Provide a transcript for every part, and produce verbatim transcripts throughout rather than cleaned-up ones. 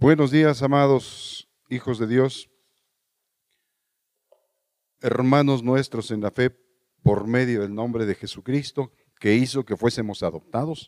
Buenos días, amados hijos de Dios, hermanos nuestros en la fe, por medio del nombre de Jesucristo, que hizo que fuésemos adoptados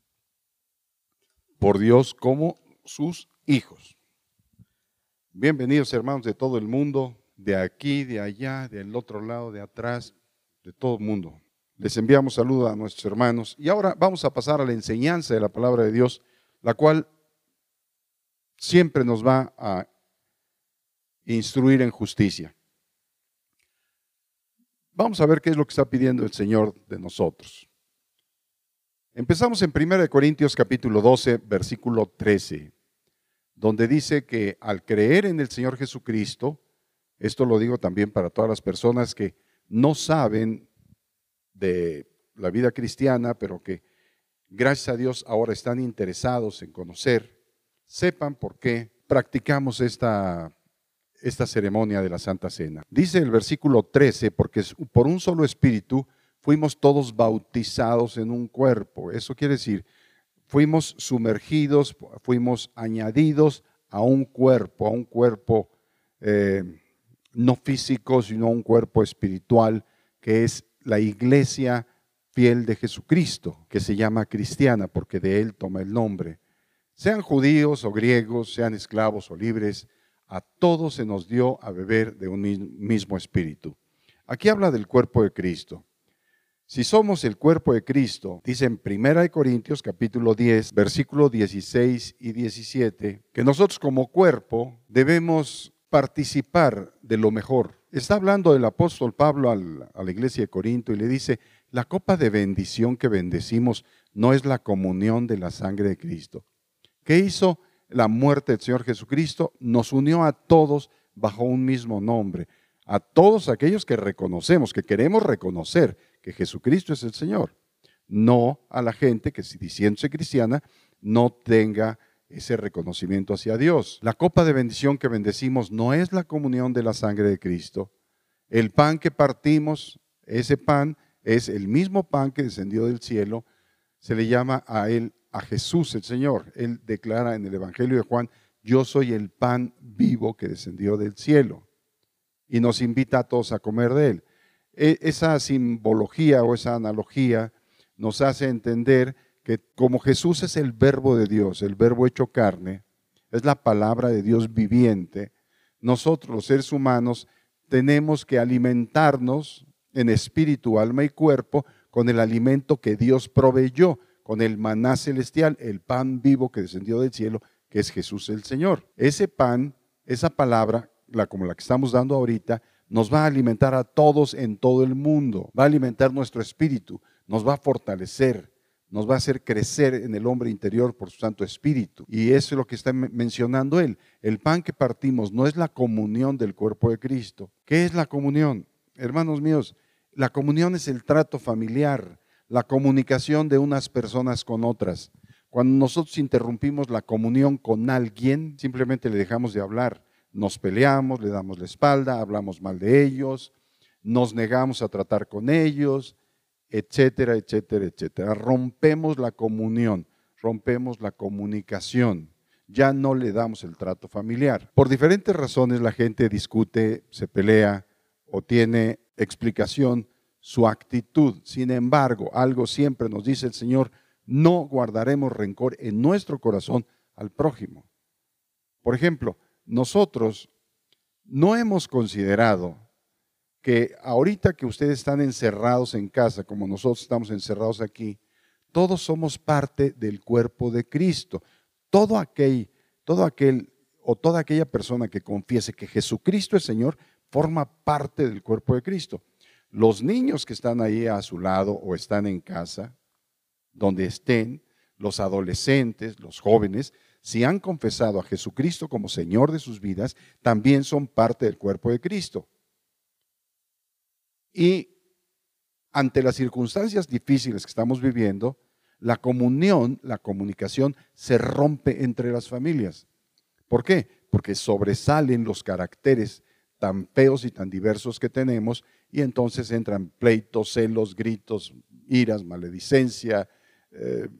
por Dios como sus hijos. Bienvenidos, hermanos de todo el mundo, de aquí, de allá, del otro lado, de atrás, de todo el mundo. Les enviamos saludos a nuestros hermanos y ahora vamos a pasar a la enseñanza de la palabra de Dios, la cual siempre nos va a instruir en justicia. Vamos a ver qué es lo que está pidiendo el Señor de nosotros. Empezamos en primera de Corintios capítulo doce, versículo trece, donde dice que al creer en el Señor Jesucristo, esto lo digo también para todas las personas que no saben de la vida cristiana, pero que gracias a Dios ahora están interesados en conocer, sepan por qué practicamos esta, esta ceremonia de la Santa Cena. Dice el versículo trece, porque por un solo espíritu fuimos todos bautizados en un cuerpo. Eso quiere decir, fuimos sumergidos, fuimos añadidos a un cuerpo, a un cuerpo eh, no físico, sino a un cuerpo espiritual, que es la iglesia fiel de Jesucristo, que se llama cristiana, porque de él toma el nombre. Sean judíos o griegos, sean esclavos o libres, a todos se nos dio a beber de un mismo espíritu. Aquí habla del cuerpo de Cristo. Si somos el cuerpo de Cristo, dice en primera de Corintios capítulo diez, versículos dieciséis y diecisiete, que nosotros como cuerpo debemos participar de lo mejor. Está hablando el apóstol Pablo al, a la iglesia de Corinto y le dice, la copa de bendición que bendecimos no es la comunión de la sangre de Cristo. ¿Qué hizo la muerte del Señor Jesucristo? Nos unió a todos bajo un mismo nombre, a todos aquellos que reconocemos, que queremos reconocer que Jesucristo es el Señor, no a la gente que diciéndose cristiana no tenga ese reconocimiento hacia Dios. La copa de bendición que bendecimos no es la comunión de la sangre de Cristo. El pan que partimos, ese pan es el mismo pan que descendió del cielo, se le llama a él, a Jesús el Señor. Él declara en el Evangelio de Juan, yo soy el pan vivo que descendió del cielo, y nos invita a todos a comer de él. Esa simbología o esa analogía nos hace entender que como Jesús es el verbo de Dios, el verbo hecho carne, es la palabra de Dios viviente, nosotros los seres humanos tenemos que alimentarnos en espíritu, alma y cuerpo con el alimento que Dios proveyó, con el maná celestial, el pan vivo que descendió del cielo, que es Jesús el Señor. Ese pan, esa palabra, la, como la que estamos dando ahorita, nos va a alimentar a todos en todo el mundo, va a alimentar nuestro espíritu, nos va a fortalecer, nos va a hacer crecer en el hombre interior por su Santo Espíritu. Y eso es lo que está mencionando él. El pan que partimos no es la comunión del cuerpo de Cristo. ¿Qué es la comunión? Hermanos míos, la comunión es el trato familiar, la comunicación de unas personas con otras. Cuando nosotros interrumpimos la comunión con alguien, simplemente le dejamos de hablar. Nos peleamos, le damos la espalda, hablamos mal de ellos, nos negamos a tratar con ellos, etcétera, etcétera, etcétera. Rompemos la comunión, rompemos la comunicación, ya no le damos el trato familiar. Por diferentes razones la gente discute, se pelea o tiene explicación su actitud. Sin embargo, algo siempre nos dice el Señor, no guardaremos rencor en nuestro corazón al prójimo. Por ejemplo, nosotros no hemos considerado que ahorita que ustedes están encerrados en casa, como nosotros estamos encerrados aquí, todos somos parte del cuerpo de Cristo. Todo aquel, todo aquel o toda aquella persona que confiese que Jesucristo es Señor, forma parte del cuerpo de Cristo. Los niños que están ahí a su lado o están en casa, donde estén, los adolescentes, los jóvenes, si han confesado a Jesucristo como Señor de sus vidas, también son parte del cuerpo de Cristo. Y ante las circunstancias difíciles que estamos viviendo, la comunión, la comunicación se rompe entre las familias. ¿Por qué? Porque sobresalen los caracteres tan feos y tan diversos que tenemos y entonces entran pleitos, celos, gritos, iras, maledicencia, eh,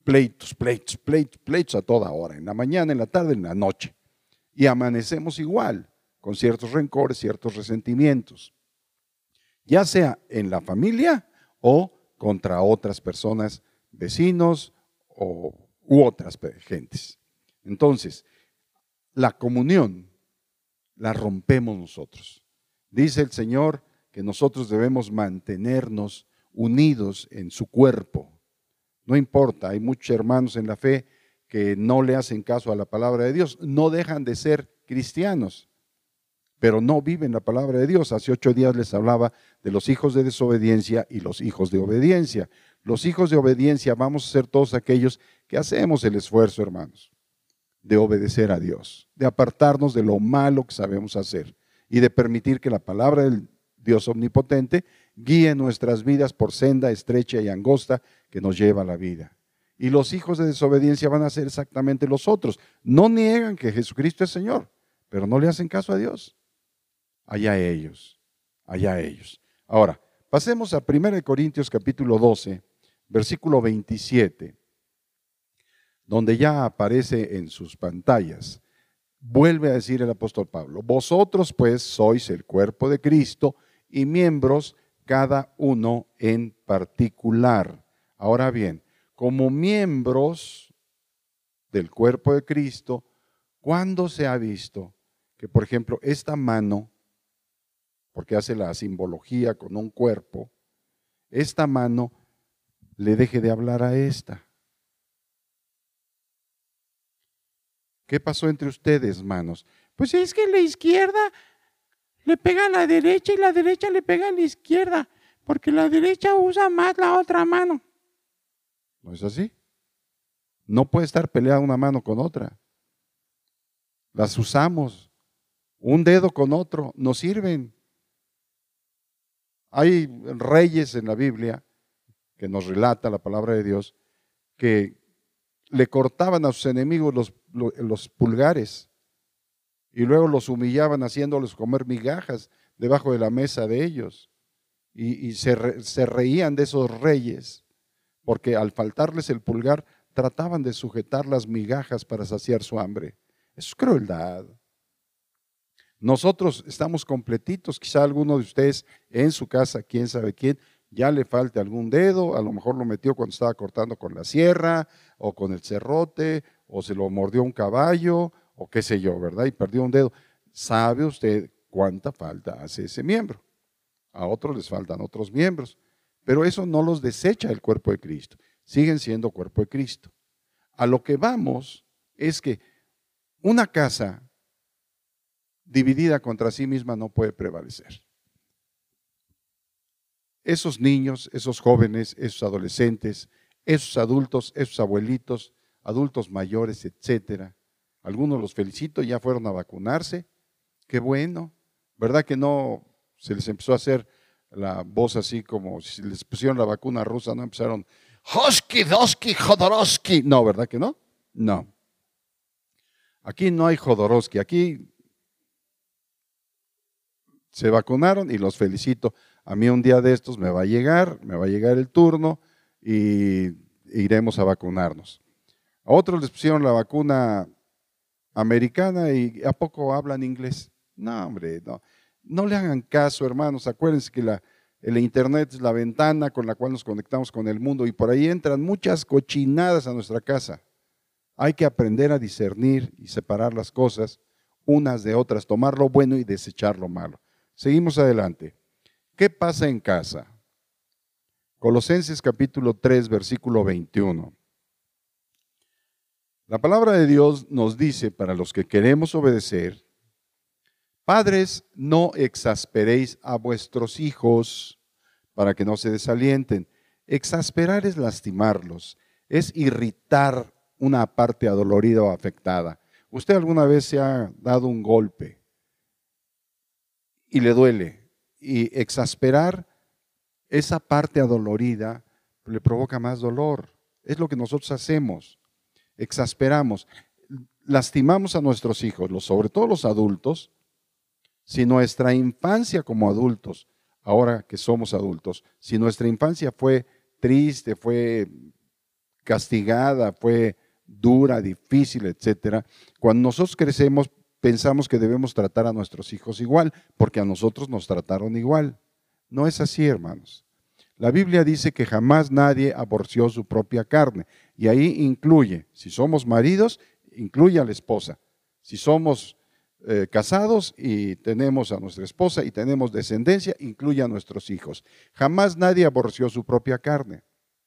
Pleitos, pleitos, pleitos, pleitos a toda hora, en la mañana, en la tarde, en la noche. Y amanecemos igual, con ciertos rencores, ciertos resentimientos, ya sea en la familia o contra otras personas, vecinos o, u otras gentes. Entonces, la comunión la rompemos nosotros. Dice el Señor que nosotros debemos mantenernos unidos en su cuerpo. No importa, hay muchos hermanos en la fe que no le hacen caso a la palabra de Dios, no dejan de ser cristianos, pero no viven la palabra de Dios. Hace ocho días les hablaba de los hijos de desobediencia y los hijos de obediencia. Los hijos de obediencia vamos a ser todos aquellos que hacemos el esfuerzo, hermanos, de obedecer a Dios, de apartarnos de lo malo que sabemos hacer y de permitir que la palabra del Dios omnipotente guíe nuestras vidas por senda estrecha y angosta que nos lleva a la vida. Y los hijos de desobediencia van a ser exactamente los otros. No niegan que Jesucristo es Señor, pero no le hacen caso a Dios. Allá ellos, allá ellos. Ahora, pasemos a primera de Corintios capítulo doce, versículo veintisiete, donde ya aparece en sus pantallas. Vuelve a decir el apóstol Pablo: vosotros pues sois el cuerpo de Cristo y miembros cada uno en particular. Ahora bien, como miembros del cuerpo de Cristo, ¿cuándo se ha visto que, por ejemplo, esta mano, porque hace la simbología con un cuerpo, esta mano le deje de hablar a esta? ¿Qué pasó entre ustedes, manos? Pues es que la izquierda le pega a la derecha y la derecha le pega a la izquierda, porque la derecha usa más la otra mano. ¿No es así? No puede estar peleada una mano con otra. Las usamos, un dedo con otro, nos sirven. Hay reyes en la Biblia, que nos relata la palabra de Dios, que le cortaban a sus enemigos los, los, los pulgares y luego los humillaban haciéndoles comer migajas debajo de la mesa de ellos. Y, y se, re, se reían de esos reyes, porque al faltarles el pulgar trataban de sujetar las migajas para saciar su hambre. Eso es crueldad. Nosotros estamos completitos, quizá alguno de ustedes en su casa, quién sabe quién, ya le falte algún dedo, a lo mejor lo metió cuando estaba cortando con la sierra o con el serrote, o se lo mordió un caballo, o qué sé yo, ¿verdad? Y perdió un dedo. ¿Sabe usted cuánta falta hace ese miembro? A otros les faltan otros miembros, pero eso no los desecha el cuerpo de Cristo, siguen siendo cuerpo de Cristo. A lo que vamos es que una casa dividida contra sí misma no puede prevalecer. Esos niños, esos jóvenes, esos adolescentes, esos adultos, esos abuelitos, adultos mayores, etcétera. Algunos los felicito, ya fueron a vacunarse. Qué bueno, ¿verdad que no se les empezó a hacer la voz así como si les pusieron la vacuna rusa? No empezaron Hosky, Dosky, Jodorowsky. No, ¿verdad que no? No. Aquí no hay Jodorowsky, aquí se vacunaron y los felicito. A mí un día de estos me va a llegar, me va a llegar el turno y iremos a vacunarnos. A otros les pusieron la vacuna americana y ¿a poco hablan inglés? No, hombre, no. No le hagan caso, hermanos. Acuérdense que la, el internet es la ventana con la cual nos conectamos con el mundo y por ahí entran muchas cochinadas a nuestra casa. Hay que aprender a discernir y separar las cosas unas de otras, tomar lo bueno y desechar lo malo. Seguimos adelante. ¿Qué pasa en casa? Colosenses capítulo tres, versículo veintiuno. La palabra de Dios nos dice, para los que queremos obedecer: padres, no exasperéis a vuestros hijos para que no se desalienten. Exasperar es lastimarlos, es irritar una parte adolorida o afectada. ¿Usted alguna vez se ha dado un golpe y le duele? Y exasperar esa parte adolorida le provoca más dolor. Es lo que nosotros hacemos. Exasperamos, lastimamos a nuestros hijos, sobre todo los adultos. Si nuestra infancia como adultos, ahora que somos adultos, si nuestra infancia fue triste, fue castigada, fue dura, difícil, etcétera. Cuando nosotros crecemos, pensamos que debemos tratar a nuestros hijos igual, porque a nosotros nos trataron igual. No es así, hermanos. La Biblia dice que jamás nadie aborreció su propia carne, y ahí incluye, si somos maridos, incluye a la esposa. Si somos eh, casados y tenemos a nuestra esposa y tenemos descendencia, incluye a nuestros hijos. Jamás nadie aborreció su propia carne.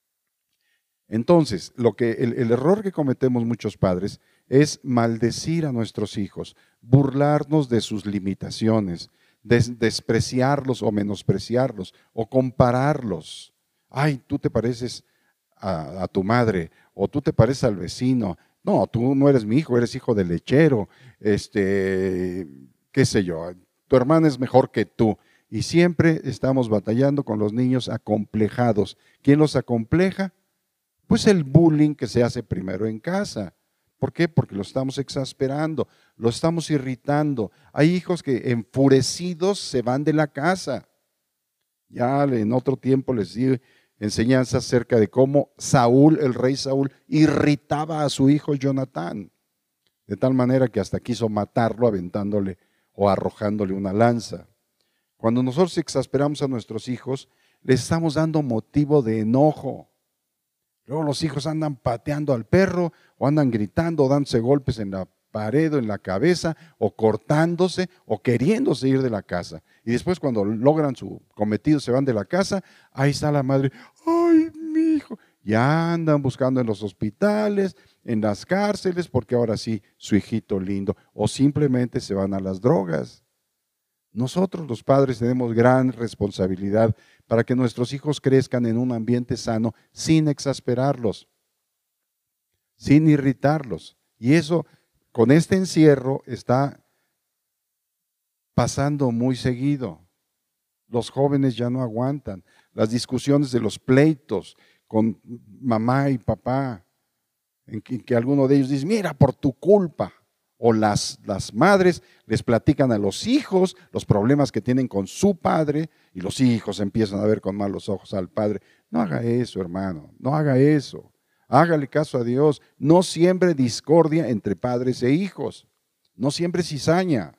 Entonces, lo que, el, el error que cometemos muchos padres es maldecir a nuestros hijos, burlarnos de sus limitaciones, des, despreciarlos o menospreciarlos o compararlos. Ay, tú te pareces a, a tu madre o tú te pareces al vecino. No, tú no eres mi hijo, eres hijo del lechero, este, qué sé yo, tu hermana es mejor que tú. Y siempre estamos batallando con los niños acomplejados. ¿Quién los acompleja? Pues el bullying que se hace primero en casa. ¿Por qué? Porque lo estamos exasperando, lo estamos irritando. Hay hijos que enfurecidos se van de la casa. Ya en otro tiempo les di enseñanza acerca de cómo Saúl, el rey Saúl, irritaba a su hijo Jonatán, de tal manera que hasta quiso matarlo aventándole o arrojándole una lanza. Cuando nosotros exasperamos a nuestros hijos, les estamos dando motivo de enojo. Luego los hijos andan pateando al perro o andan gritando o dándose golpes en la pared o en la cabeza o cortándose o queriéndose ir de la casa. Y después cuando logran su cometido se van de la casa, ahí está la madre, ay, mi hijo. Ya andan buscando en los hospitales, en las cárceles, porque ahora sí, su hijito lindo. O simplemente se van a las drogas. Nosotros los padres tenemos gran responsabilidad para que nuestros hijos crezcan en un ambiente sano sin exasperarlos, sin irritarlos. Y eso, con este encierro, está pasando muy seguido. Los jóvenes ya no aguantan. Las discusiones de los pleitos con mamá y papá, en que, que alguno de ellos dice, mira, por tu culpa. O las, las madres les platican a los hijos los problemas que tienen con su padre y los hijos empiezan a ver con malos ojos al padre. No haga eso, hermano, no haga eso. Hágale caso a Dios. No siembre discordia entre padres e hijos. No siembre cizaña.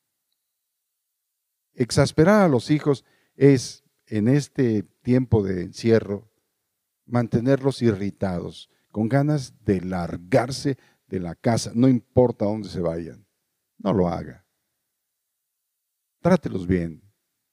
Exasperar a los hijos es, en este tiempo de encierro, mantenerlos irritados, con ganas de largarse de la casa, no importa dónde se vayan. No lo haga. Trátelos bien.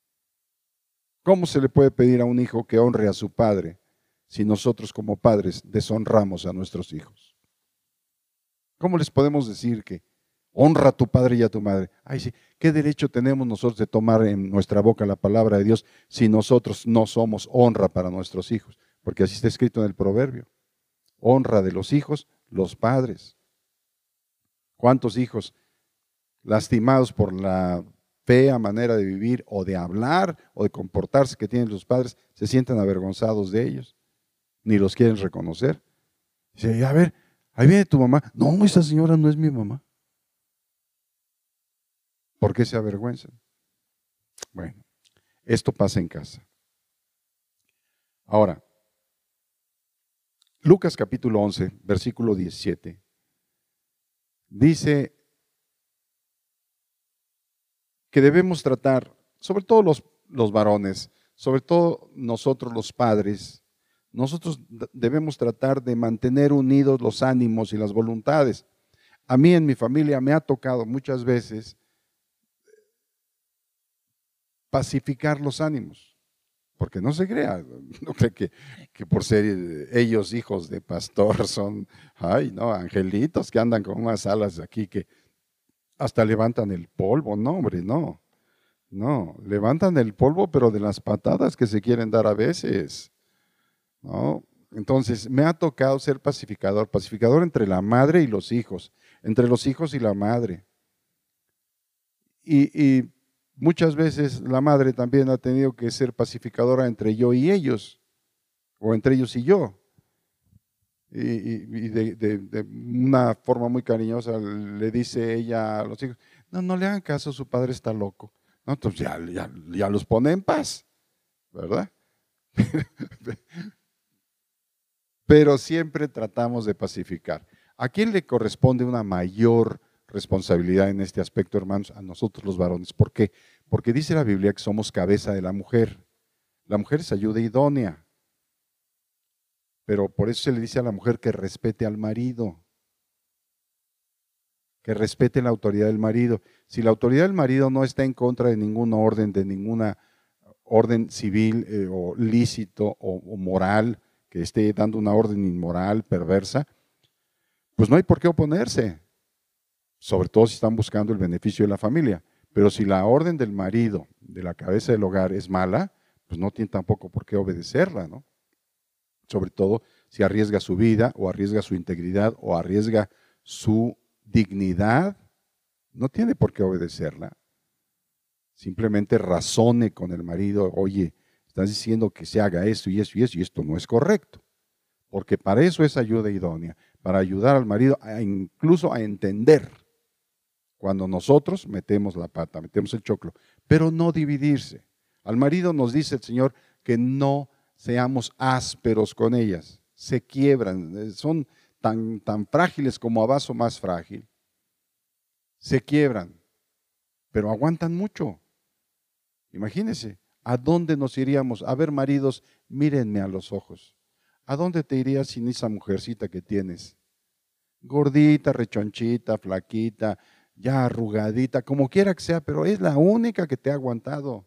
¿Cómo se le puede pedir a un hijo que honre a su padre si nosotros como padres deshonramos a nuestros hijos? ¿Cómo les podemos decir que honra a tu padre y a tu madre? Ay, sí, ¿qué derecho tenemos nosotros de tomar en nuestra boca la palabra de Dios si nosotros no somos honra para nuestros hijos? Porque así está escrito en el proverbio. Honra de los hijos, los padres. ¿Cuántos hijos lastimados por la fea manera de vivir o de hablar o de comportarse que tienen los padres se sienten avergonzados de ellos? Ni los quieren reconocer. Dice, a ver, ahí viene tu mamá. No, esa señora no es mi mamá. ¿Por qué se avergüenzan? Bueno, esto pasa en casa. Ahora, Lucas capítulo once, versículo diecisiete. Dice que debemos tratar, sobre todo los, los varones, sobre todo nosotros los padres, nosotros debemos tratar de mantener unidos los ánimos y las voluntades. A mí en mi familia me ha tocado muchas veces pacificar los ánimos, porque no se crea, no cree que, que por ser ellos hijos de pastor son, ay no, angelitos que andan con unas alas aquí que hasta levantan el polvo. No, hombre, no, no, levantan el polvo pero de las patadas que se quieren dar a veces, ¿no? Entonces me ha tocado ser pacificador, pacificador entre la madre y los hijos, entre los hijos y la madre. Y, y muchas veces la madre también ha tenido que ser pacificadora entre yo y ellos, o entre ellos y yo. Y, y, y de, de, de una forma muy cariñosa le dice ella a los hijos, no, no le hagan caso, su padre está loco. No, entonces ya, ya, ya los pone en paz, ¿verdad? pero siempre tratamos de pacificar. ¿A quién le corresponde una mayor responsabilidad en este aspecto, hermanos? A nosotros los varones. ¿Por qué? Porque dice la Biblia que somos cabeza de la mujer. La mujer es ayuda idónea, pero por eso se le dice a la mujer que respete al marido, que respete la autoridad del marido. Si la autoridad del marido no está en contra de ningún orden, de ninguna orden civil eh, o lícito o, o moral, que esté dando una orden inmoral, perversa, pues no hay por qué oponerse, sobre todo si están buscando el beneficio de la familia. Pero si la orden del marido, de la cabeza del hogar, es mala, pues no tiene tampoco por qué obedecerla, ¿no? Sobre todo si arriesga su vida o arriesga su integridad o arriesga su dignidad, no tiene por qué obedecerla. Simplemente razone con el marido, oye, estás diciendo que se haga esto y eso y eso y esto no es correcto. Porque para eso es ayuda idónea, para ayudar al marido a incluso a entender cuando nosotros metemos la pata, metemos el choclo, pero no dividirse. Al marido nos dice el Señor que no seamos ásperos con ellas, se quiebran, son tan, tan frágiles como a vaso más frágil, se quiebran, pero aguantan mucho. Imagínense, ¿a dónde nos iríamos? A ver, maridos, mírenme a los ojos. ¿A dónde te irías sin esa mujercita que tienes? Gordita, rechonchita, flaquita, ya arrugadita, como quiera que sea, pero es la única que te ha aguantado.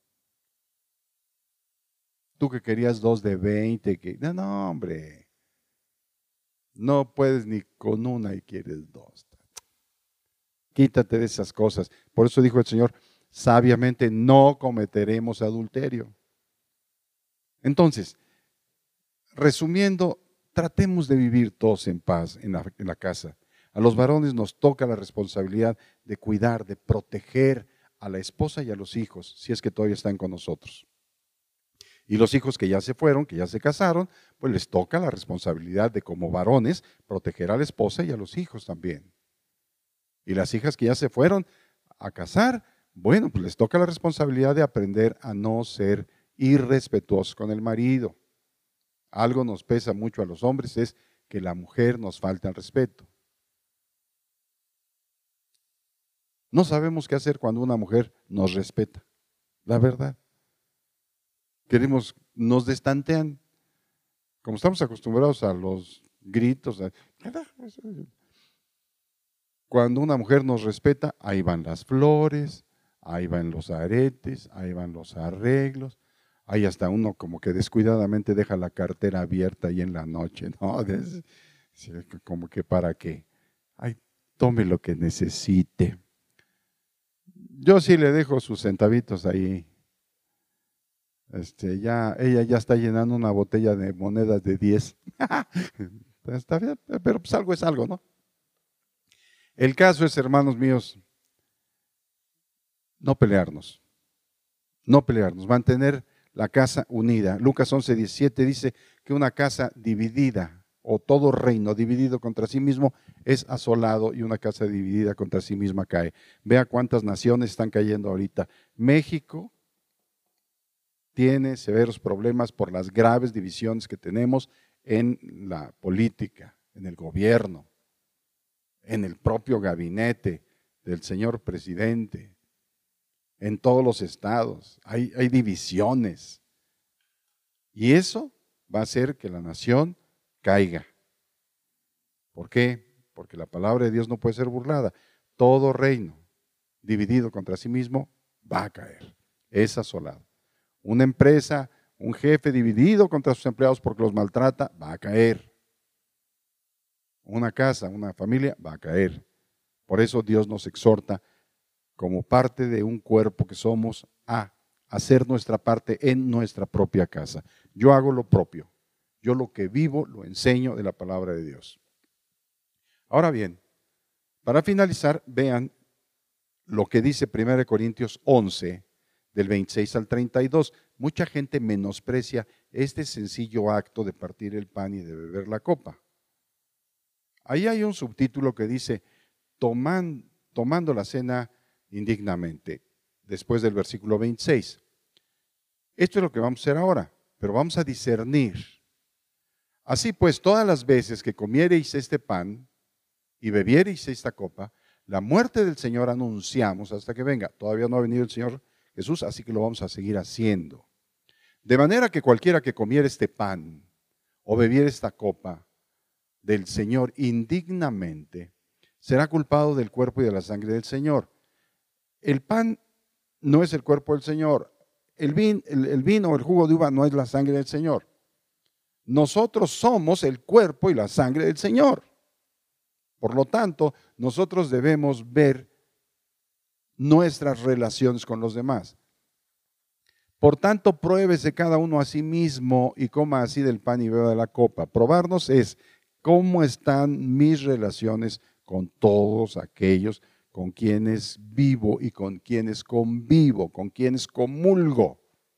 Tú que querías dos de veinte, que no, no, hombre, no puedes ni con una y quieres dos. Quítate de esas cosas. Por eso dijo el Señor, sabiamente no cometeremos adulterio. Entonces, resumiendo, tratemos de vivir todos en paz en la, en la casa. A los varones nos toca la responsabilidad de cuidar, de proteger a la esposa y a los hijos, si es que todavía están con nosotros. Y los hijos que ya se fueron, que ya se casaron, pues les toca la responsabilidad de, como varones, proteger a la esposa y a los hijos también. Y las hijas que ya se fueron a casar, bueno, pues les toca la responsabilidad de aprender a no ser irrespetuosos con el marido. Algo nos pesa mucho a los hombres, es que la mujer nos falta el respeto. No sabemos qué hacer cuando una mujer nos respeta, la verdad. Queremos, nos destantean, como estamos acostumbrados a los gritos. A, cuando una mujer nos respeta, ahí van las flores, ahí van los aretes, ahí van los arreglos, ahí hasta uno como que descuidadamente deja la cartera abierta ahí en la noche, ¿no? Como que para qué. Ay, tome lo que necesite. Yo sí le dejo sus centavitos ahí. Este, ya, ella ya está llenando una botella de monedas de diez. Está bien, pero pues algo es algo, ¿no? El caso es, hermanos míos, no pelearnos, no pelearnos, mantener la casa unida. Lucas once, diecisiete dice que una casa dividida o todo reino dividido contra sí mismo es asolado y una casa dividida contra sí misma cae. Vea cuántas naciones están cayendo ahorita. México tiene severos problemas por las graves divisiones que tenemos en la política, en el gobierno, en el propio gabinete del señor presidente, en todos los estados. Hay, hay divisiones. Y eso va a hacer que la nación caiga. ¿Por qué? Porque la palabra de Dios no puede ser burlada. Todo reino dividido contra sí mismo va a caer. Es asolado. Una empresa, un jefe dividido contra sus empleados porque los maltrata, va a caer. Una casa, una familia, va a caer. Por eso Dios nos exhorta como parte de un cuerpo que somos a hacer nuestra parte en nuestra propia casa. Yo hago lo propio. Yo lo que vivo lo enseño de la palabra de Dios. Ahora bien, para finalizar, vean lo que dice primera Corintios once, del veintiséis al treinta y dos. Mucha gente menosprecia este sencillo acto de partir el pan y de beber la copa. Ahí hay un subtítulo que dice, Toman, tomando la cena indignamente, después del versículo veintiséis. Esto es lo que vamos a hacer ahora, pero vamos a discernir. Así pues, todas las veces que comiereis este pan y bebiereis esta copa, la muerte del Señor anunciamos hasta que venga. Todavía no ha venido el Señor Jesús, así que lo vamos a seguir haciendo. De manera que cualquiera que comiera este pan o bebiera esta copa del Señor indignamente, será culpado del cuerpo y de la sangre del Señor. El pan no es el cuerpo del Señor. El vino, el, el vino o el jugo de uva no es la sangre del Señor. Nosotros somos el cuerpo y la sangre del Señor. Por lo tanto, nosotros debemos ver nuestras relaciones con los demás. Por tanto, pruébese cada uno a sí mismo y coma así del pan y beba de la copa. Probarnos es cómo están mis relaciones con todos aquellos con quienes vivo y con quienes convivo, con quienes comulgo.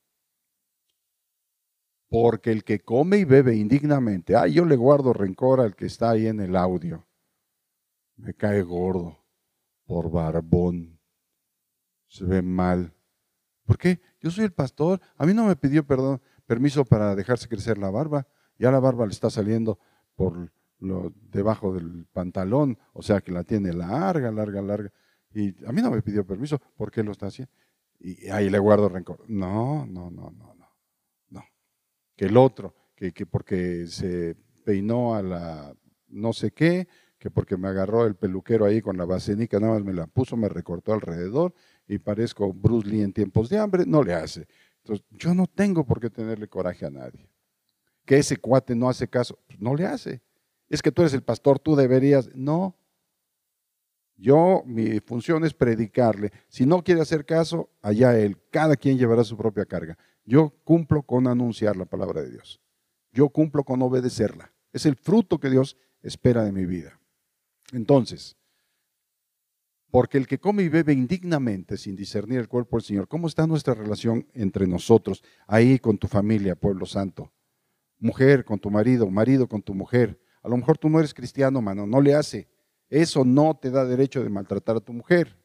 Porque el que come y bebe indignamente, ay, yo le guardo rencor al que está ahí en el audio. Me cae gordo, por barbón, se ve mal. ¿Por qué? Yo soy el pastor, a mí no me pidió perdón, permiso para dejarse crecer la barba, ya la barba le está saliendo por lo, debajo del pantalón, o sea que la tiene larga, larga, larga, y a mí no me pidió permiso, ¿por qué lo está haciendo? Y ahí le guardo rencor. No, no, no, no, no, no. Que el otro, que, que porque se peinó a la no sé qué, que porque me agarró el peluquero ahí con la vasenica, nada más me la puso, me recortó alrededor y parezco Bruce Lee en tiempos de hambre, no le hace. Entonces, yo no tengo por qué tenerle coraje a nadie. Que ese cuate no hace caso, pues no le hace. Es que tú eres el pastor, tú deberías. No. Yo, mi función es predicarle. Si no quiere hacer caso, allá él. Cada quien llevará su propia carga. Yo cumplo con anunciar la palabra de Dios. Yo cumplo con obedecerla. Es el fruto que Dios espera de mi vida. Entonces, porque el que come y bebe indignamente sin discernir el cuerpo del Señor, ¿cómo está nuestra relación entre nosotros? Ahí con tu familia, pueblo santo. Mujer con tu marido, marido con tu mujer. A lo mejor tú no eres cristiano, mano, no le hace. Eso no te da derecho de maltratar a tu mujer.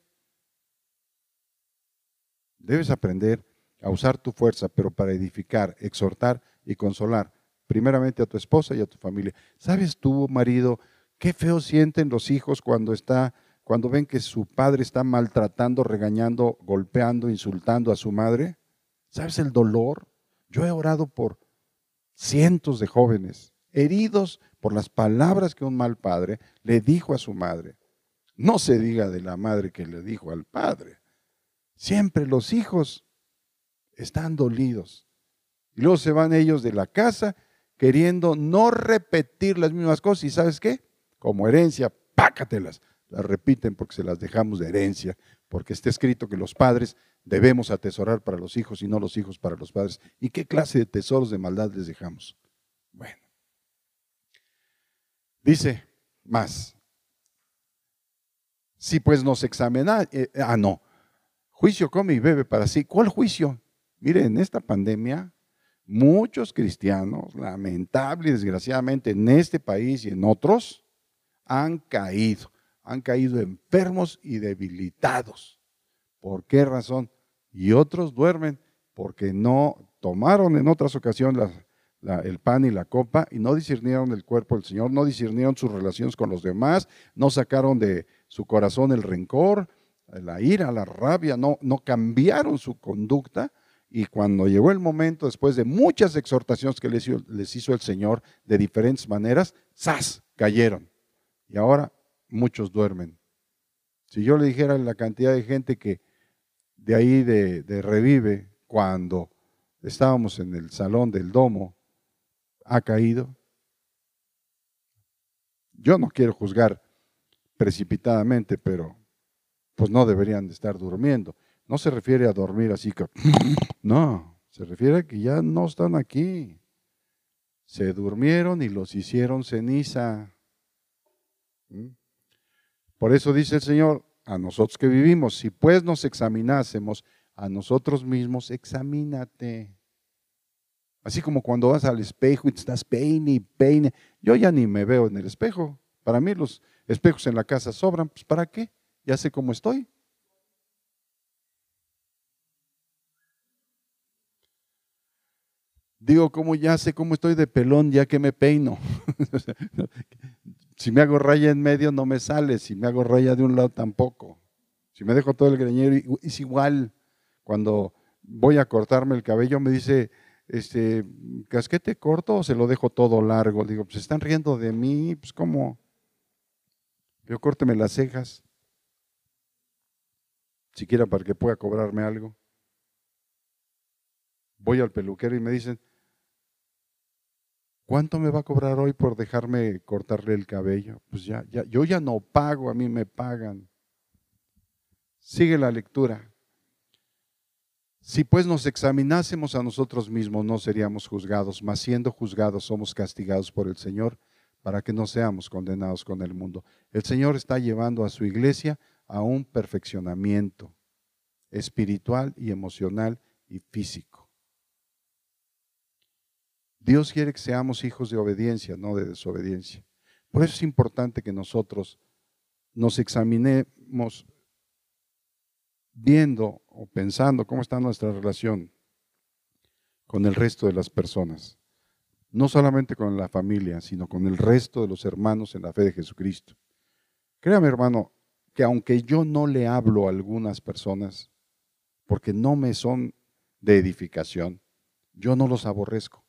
Debes aprender a usar tu fuerza, pero para edificar, exhortar y consolar, primeramente a tu esposa y a tu familia. ¿Sabes tú, marido, qué feo sienten los hijos cuando está, cuando ven que su padre está maltratando, regañando, golpeando, insultando a su madre? ¿Sabes el dolor? Yo he orado por cientos de jóvenes heridos por las palabras que un mal padre le dijo a su madre. No se diga de la madre que le dijo al padre. Siempre los hijos están dolidos. Y luego se van ellos de la casa queriendo no repetir las mismas cosas. ¿Y sabes qué? Como herencia, pácatelas. Las repiten porque se las dejamos de herencia, porque está escrito que los padres debemos atesorar para los hijos y no los hijos para los padres. ¿Y qué clase de tesoros de maldad les dejamos? Bueno. Dice más. Si pues nos examina, eh, ah no, juicio come y bebe para sí. ¿Cuál juicio? Mire, en esta pandemia, muchos cristianos, lamentable y desgraciadamente en este país y en otros, han caído, han caído enfermos y debilitados. ¿Por qué razón? Y otros duermen porque no tomaron en otras ocasiones la, la, el pan y la copa y no discernieron el cuerpo del Señor, no discernieron sus relaciones con los demás, no sacaron de su corazón el rencor, la ira, la rabia, no, no cambiaron su conducta. Y cuando llegó el momento, después de muchas exhortaciones que les hizo, les hizo el Señor de diferentes maneras, ¡zas!, cayeron. Y ahora muchos duermen. Si yo le dijera la cantidad de gente que de ahí de, de Revive, cuando estábamos en el salón del domo, ha caído. Yo no quiero juzgar precipitadamente, pero pues no deberían de estar durmiendo. No se refiere a dormir así que, no, se refiere a que ya no están aquí. Se durmieron y los hicieron ceniza. ¿Mm? Por eso dice el Señor, a nosotros que vivimos, si pues nos examinásemos a nosotros mismos, examínate. Así como cuando vas al espejo y te estás peine y peine. Yo ya ni me veo en el espejo. Para mí los espejos en la casa sobran. Pues ¿para qué? Ya sé cómo estoy. Digo, ¿cómo ya sé cómo estoy de pelón ya que me peino? Si me hago raya en medio no me sale, si me hago raya de un lado tampoco. Si me dejo todo el greñero es igual. Cuando voy a cortarme el cabello me dice, este, ¿casquete corto o se lo dejo todo largo? Digo, pues están riendo de mí, pues ¿cómo? Yo córteme las cejas, siquiera para que pueda cobrarme algo. Voy al peluquero y me dicen, ¿cuánto me va a cobrar hoy por dejarme cortarle el cabello? Pues ya, ya, yo ya no pago, a mí me pagan. Sigue la lectura. Si pues nos examinásemos a nosotros mismos, no seríamos juzgados, mas siendo juzgados somos castigados por el Señor para que no seamos condenados con el mundo. El Señor está llevando a su iglesia a un perfeccionamiento espiritual y emocional y físico. Dios quiere que seamos hijos de obediencia, no de desobediencia. Por eso es importante que nosotros nos examinemos viendo o pensando cómo está nuestra relación con el resto de las personas. No solamente con la familia, sino con el resto de los hermanos en la fe de Jesucristo. Créame, hermano, que aunque yo no le hablo a algunas personas, porque no me son de edificación, yo no los aborrezco.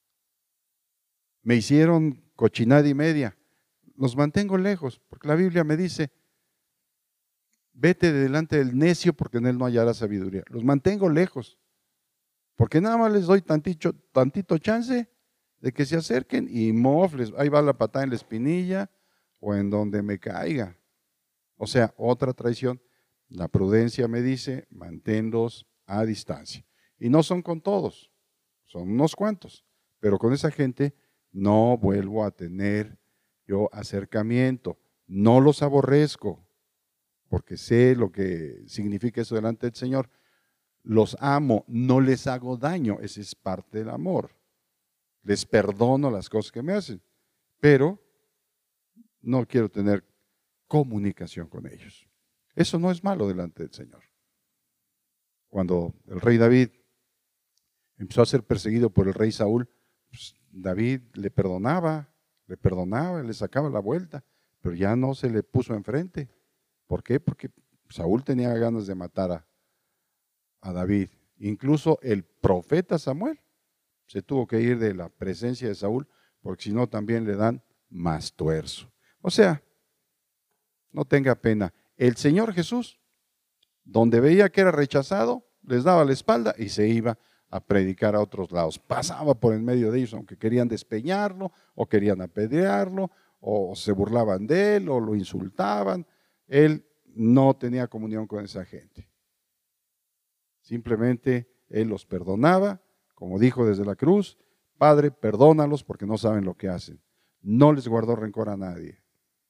Me hicieron cochinada y media, los mantengo lejos, porque la Biblia me dice, vete de delante del necio porque en él no hallará sabiduría. Los mantengo lejos, porque nada más les doy tantito, tantito chance de que se acerquen y mofles, ahí va la patada en la espinilla o en donde me caiga. O sea, otra traición. La prudencia me dice, manténlos a distancia. Y no son con todos, son unos cuantos, pero con esa gente no vuelvo a tener yo acercamiento, no los aborrezco, porque sé lo que significa eso delante del Señor. Los amo, no les hago daño, ese es parte del amor. Les perdono las cosas que me hacen, pero no quiero tener comunicación con ellos. Eso no es malo delante del Señor. Cuando el rey David empezó a ser perseguido por el rey Saúl, pues David le perdonaba, le perdonaba, le sacaba la vuelta, pero ya no se le puso enfrente. ¿Por qué? Porque Saúl tenía ganas de matar a, a David. Incluso el profeta Samuel se tuvo que ir de la presencia de Saúl, porque si no también le dan más tuerzo. O sea, no tenga pena. El Señor Jesús, donde veía que era rechazado, les daba la espalda y se iba a predicar a otros lados. Pasaba por en medio de ellos, aunque querían despeñarlo, o querían apedrearlo, o se burlaban de él, o lo insultaban. Él no tenía comunión con esa gente. Simplemente él los perdonaba, como dijo desde la cruz, Padre, perdónalos porque no saben lo que hacen. No les guardó rencor a nadie,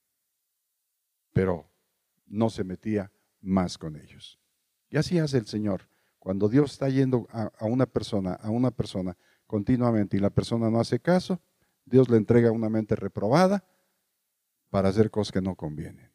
pero no se metía más con ellos. Y así hace el Señor. Cuando Dios está yendo a, a una persona, a una persona continuamente y la persona no hace caso, Dios le entrega una mente reprobada para hacer cosas que no convienen.